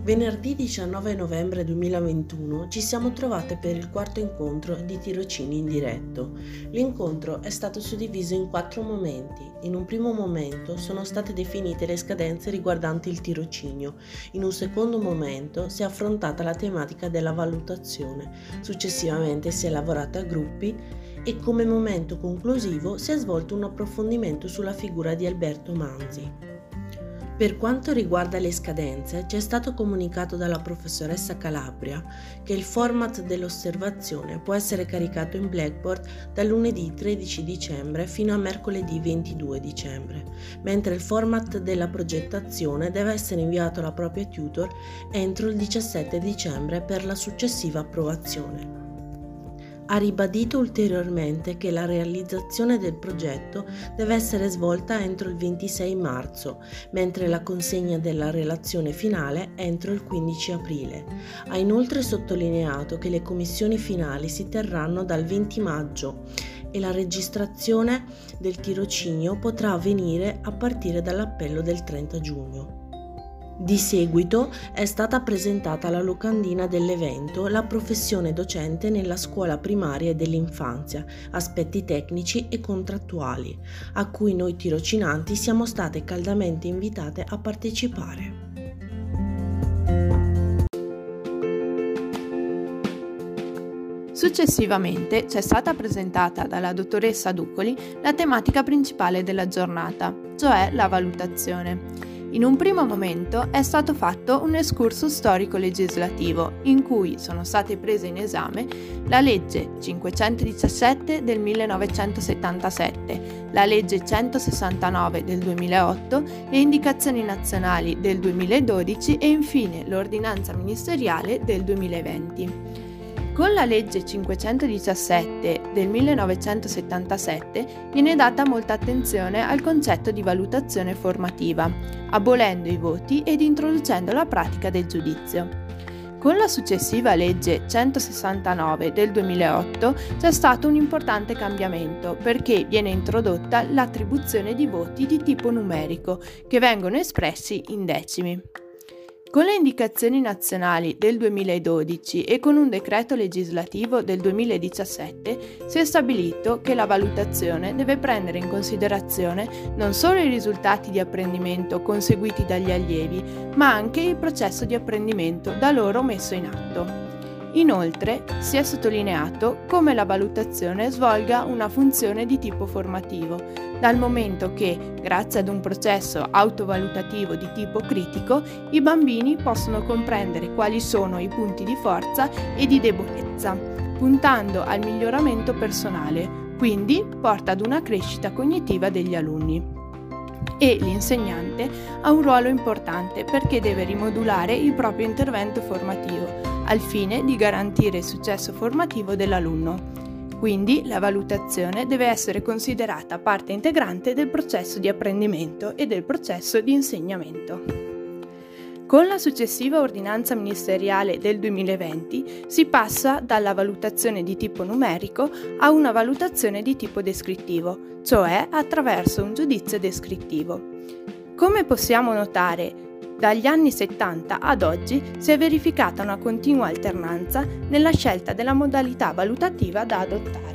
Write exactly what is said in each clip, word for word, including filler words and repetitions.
Venerdì diciannove novembre duemilaventuno ci siamo trovate per il quarto incontro di tirocini in diretto. L'incontro è stato suddiviso in quattro momenti. In un primo momento sono state definite le scadenze riguardanti il tirocinio. In un secondo momento si è affrontata la tematica della valutazione. Successivamente si è lavorato a gruppi e come momento conclusivo si è svolto un approfondimento sulla figura di Alberto Manzi. Per quanto riguarda le scadenze, ci è stato comunicato dalla professoressa Calabria che il format dell'osservazione può essere caricato in Blackboard da lunedì tredici dicembre fino a mercoledì ventidue dicembre, mentre il format della progettazione deve essere inviato alla propria tutor entro il diciassette dicembre per la successiva approvazione. Ha ribadito ulteriormente che la realizzazione del progetto deve essere svolta entro il ventisei marzo, mentre la consegna della relazione finale entro il quindici aprile. Ha inoltre sottolineato che le commissioni finali si terranno dal venti maggio e la registrazione del tirocinio potrà avvenire a partire dall'appello del trenta giugno. Di seguito è stata presentata la locandina dell'evento La professione docente nella scuola primaria e dell'infanzia, aspetti tecnici e contrattuali, a cui noi tirocinanti siamo state caldamente invitate a partecipare. Successivamente ci è stata presentata dalla dottoressa Ducoli la tematica principale della giornata, cioè la valutazione. In un primo momento è stato fatto un excursus storico-legislativo in cui sono state prese in esame la legge cinquecentodiciassette del millenovecentosettantasette, la legge centosessantanove del duemilaotto, le indicazioni nazionali del duemiladodici e infine l'ordinanza ministeriale del duemilaventi. Con la legge cinquecentodiciassette del millenovecentosettantasette viene data molta attenzione al concetto di valutazione formativa, abolendo i voti ed introducendo la pratica del giudizio. Con la successiva legge centosessantanove del duemilaotto c'è stato un importante cambiamento perché viene introdotta l'attribuzione di voti di tipo numerico che vengono espressi in decimi. Con le indicazioni nazionali del duemiladodici e con un decreto legislativo del duemiladiciassette si è stabilito che la valutazione deve prendere in considerazione non solo i risultati di apprendimento conseguiti dagli allievi, ma anche il processo di apprendimento da loro messo in atto. Inoltre, si è sottolineato come la valutazione svolga una funzione di tipo formativo, dal momento che, grazie ad un processo autovalutativo di tipo critico, i bambini possono comprendere quali sono i punti di forza e di debolezza, puntando al miglioramento personale, quindi porta ad una crescita cognitiva degli alunni. E l'insegnante ha un ruolo importante perché deve rimodulare il proprio intervento formativo, al fine di garantire il successo formativo dell'alunno. Quindi la valutazione deve essere considerata parte integrante del processo di apprendimento e del processo di insegnamento. Con la successiva ordinanza ministeriale del duemilaventi si passa dalla valutazione di tipo numerico a una valutazione di tipo descrittivo, cioè attraverso un giudizio descrittivo. Come possiamo notare, dagli anni settanta ad oggi si è verificata una continua alternanza nella scelta della modalità valutativa da adottare.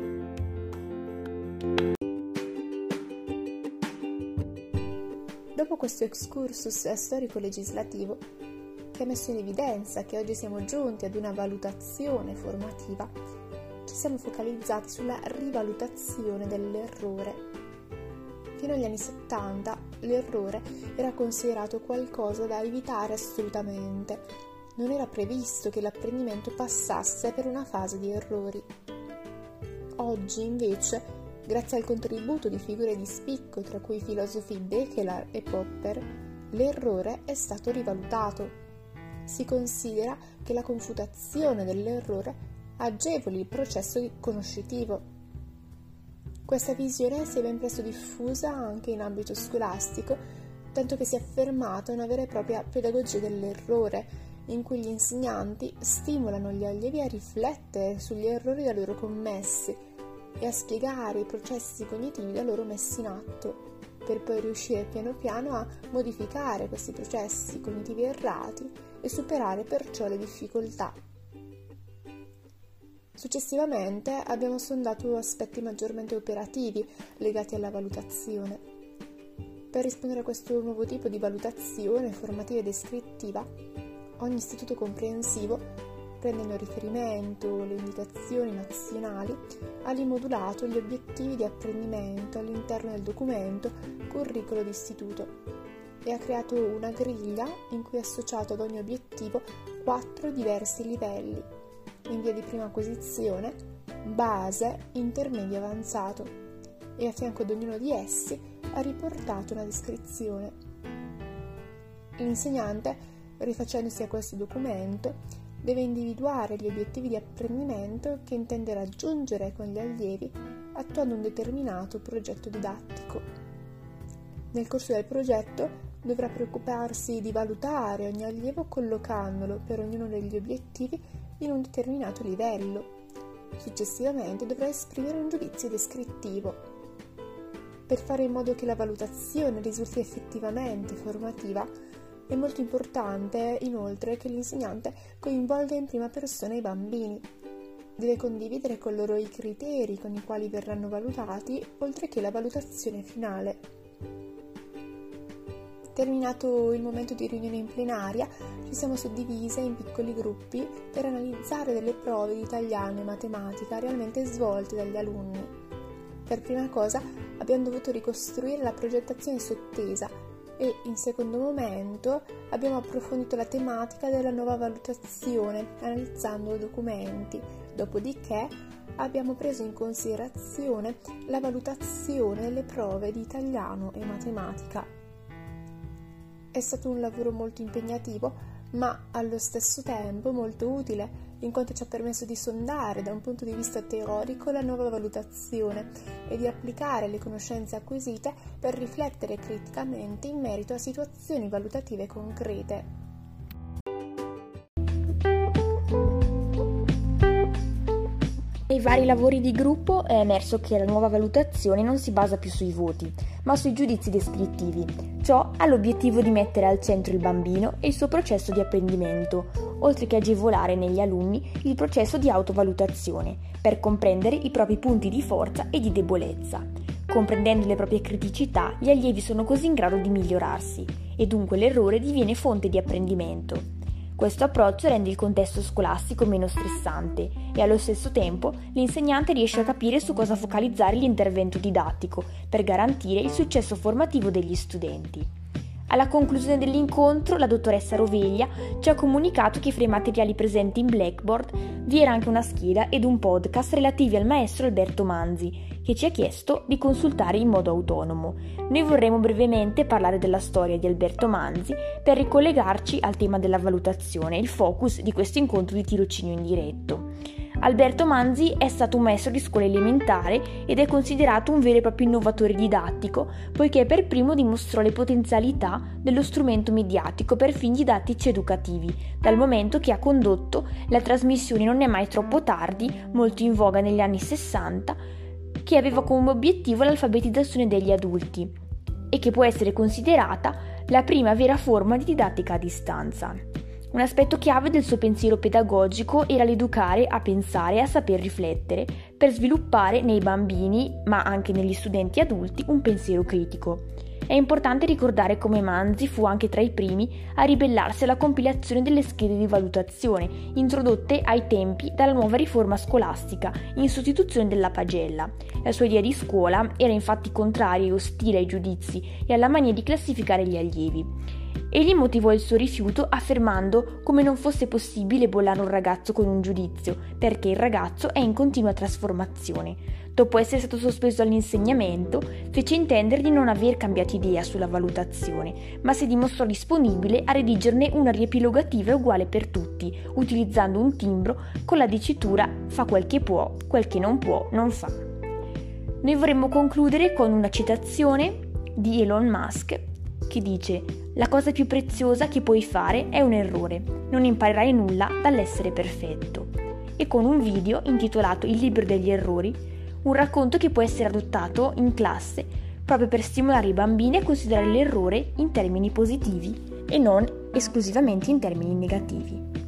Dopo questo excursus storico-legislativo, che ha messo in evidenza che oggi siamo giunti ad una valutazione formativa, ci siamo focalizzati sulla rivalutazione dell'errore. Fino agli anni settanta l'errore era considerato qualcosa da evitare assolutamente. Non era previsto che l'apprendimento passasse per una fase di errori. Oggi, invece, grazie al contributo di figure di spicco, tra cui i filosofi Bekeler e Popper, l'errore è stato rivalutato. Si considera che la confutazione dell'errore agevoli il processo conoscitivo. Questa visione si è ben presto diffusa anche in ambito scolastico, tanto che si è affermata una vera e propria pedagogia dell'errore, in cui gli insegnanti stimolano gli allievi a riflettere sugli errori da loro commessi e a spiegare i processi cognitivi da loro messi in atto, per poi riuscire piano piano a modificare questi processi cognitivi errati e superare perciò le difficoltà. Successivamente abbiamo sondato aspetti maggiormente operativi legati alla valutazione. Per rispondere a questo nuovo tipo di valutazione formativa e descrittiva, ogni istituto comprensivo, prendendo a riferimento le indicazioni nazionali, ha rimodulato gli obiettivi di apprendimento all'interno del documento curricolo d'istituto e ha creato una griglia in cui ha associato ad ogni obiettivo quattro diversi livelli, in via di prima acquisizione, base, intermedio e avanzato, e a fianco ad ognuno di essi ha riportato una descrizione. L'insegnante, rifacendosi a questo documento, deve individuare gli obiettivi di apprendimento che intende raggiungere con gli allievi attuando un determinato progetto didattico. Nel corso del progetto dovrà preoccuparsi di valutare ogni allievo collocandolo per ognuno degli obiettivi in un determinato livello. Successivamente dovrà esprimere un giudizio descrittivo. Per fare in modo che la valutazione risulti effettivamente formativa, è molto importante inoltre che l'insegnante coinvolga in prima persona i bambini. Deve condividere con loro i criteri con i quali verranno valutati, oltre che la valutazione finale. Terminato il momento di riunione in plenaria, ci siamo suddivise in piccoli gruppi per analizzare delle prove di italiano e matematica realmente svolte dagli alunni. Per prima cosa abbiamo dovuto ricostruire la progettazione sottesa e, in secondo momento, abbiamo approfondito la tematica della nuova valutazione analizzando i documenti. Dopodiché abbiamo preso in considerazione la valutazione delle prove di italiano e matematica. È stato un lavoro molto impegnativo, ma allo stesso tempo molto utile, in quanto ci ha permesso di sondare da un punto di vista teorico la nuova valutazione e di applicare le conoscenze acquisite per riflettere criticamente in merito a situazioni valutative concrete. Nei vari lavori di gruppo è emerso che la nuova valutazione non si basa più sui voti, ma sui giudizi descrittivi. Ciò ha l'obiettivo di mettere al centro il bambino e il suo processo di apprendimento, oltre che agevolare negli alunni il processo di autovalutazione, per comprendere i propri punti di forza e di debolezza. Comprendendo le proprie criticità, gli allievi sono così in grado di migliorarsi, e dunque l'errore diviene fonte di apprendimento. Questo approccio rende il contesto scolastico meno stressante e allo stesso tempo l'insegnante riesce a capire su cosa focalizzare l'intervento didattico per garantire il successo formativo degli studenti. Alla conclusione dell'incontro, la dottoressa Roveglia ci ha comunicato che fra i materiali presenti in Blackboard vi era anche una scheda ed un podcast relativi al maestro Alberto Manzi, che ci ha chiesto di consultare in modo autonomo. Noi vorremmo brevemente parlare della storia di Alberto Manzi per ricollegarci al tema della valutazione e il focus di questo incontro di tirocinio in diretto. Alberto Manzi è stato un maestro di scuola elementare ed è considerato un vero e proprio innovatore didattico, poiché per primo dimostrò le potenzialità dello strumento mediatico per fini didattici educativi, dal momento che ha condotto la trasmissione Non è mai troppo tardi, molto in voga negli anni sessanta, che aveva come obiettivo l'alfabetizzazione degli adulti e che può essere considerata la prima vera forma di didattica a distanza. Un aspetto chiave del suo pensiero pedagogico era l'educare a pensare e a saper riflettere per sviluppare nei bambini, ma anche negli studenti adulti, un pensiero critico. È importante ricordare come Manzi fu anche tra i primi a ribellarsi alla compilazione delle schede di valutazione introdotte ai tempi dalla nuova riforma scolastica in sostituzione della pagella. La sua idea di scuola era infatti contraria e ostile ai giudizi e alla mania di classificare gli allievi. Egli motivò il suo rifiuto affermando come non fosse possibile bollare un ragazzo con un giudizio, perché il ragazzo è in continua trasformazione. Dopo essere stato sospeso dall'insegnamento, fece intendere di non aver cambiato idea sulla valutazione, ma si dimostrò disponibile a redigerne una riepilogativa uguale per tutti, utilizzando un timbro con la dicitura «fa quel che può, quel che non può, non fa». Noi vorremmo concludere con una citazione di Elon Musk che dice: «La cosa più preziosa che puoi fare è un errore, non imparerai nulla dall'essere perfetto». E con un video intitolato Il libro degli errori, un racconto che può essere adottato in classe proprio per stimolare i bambini a considerare l'errore in termini positivi e non esclusivamente in termini negativi.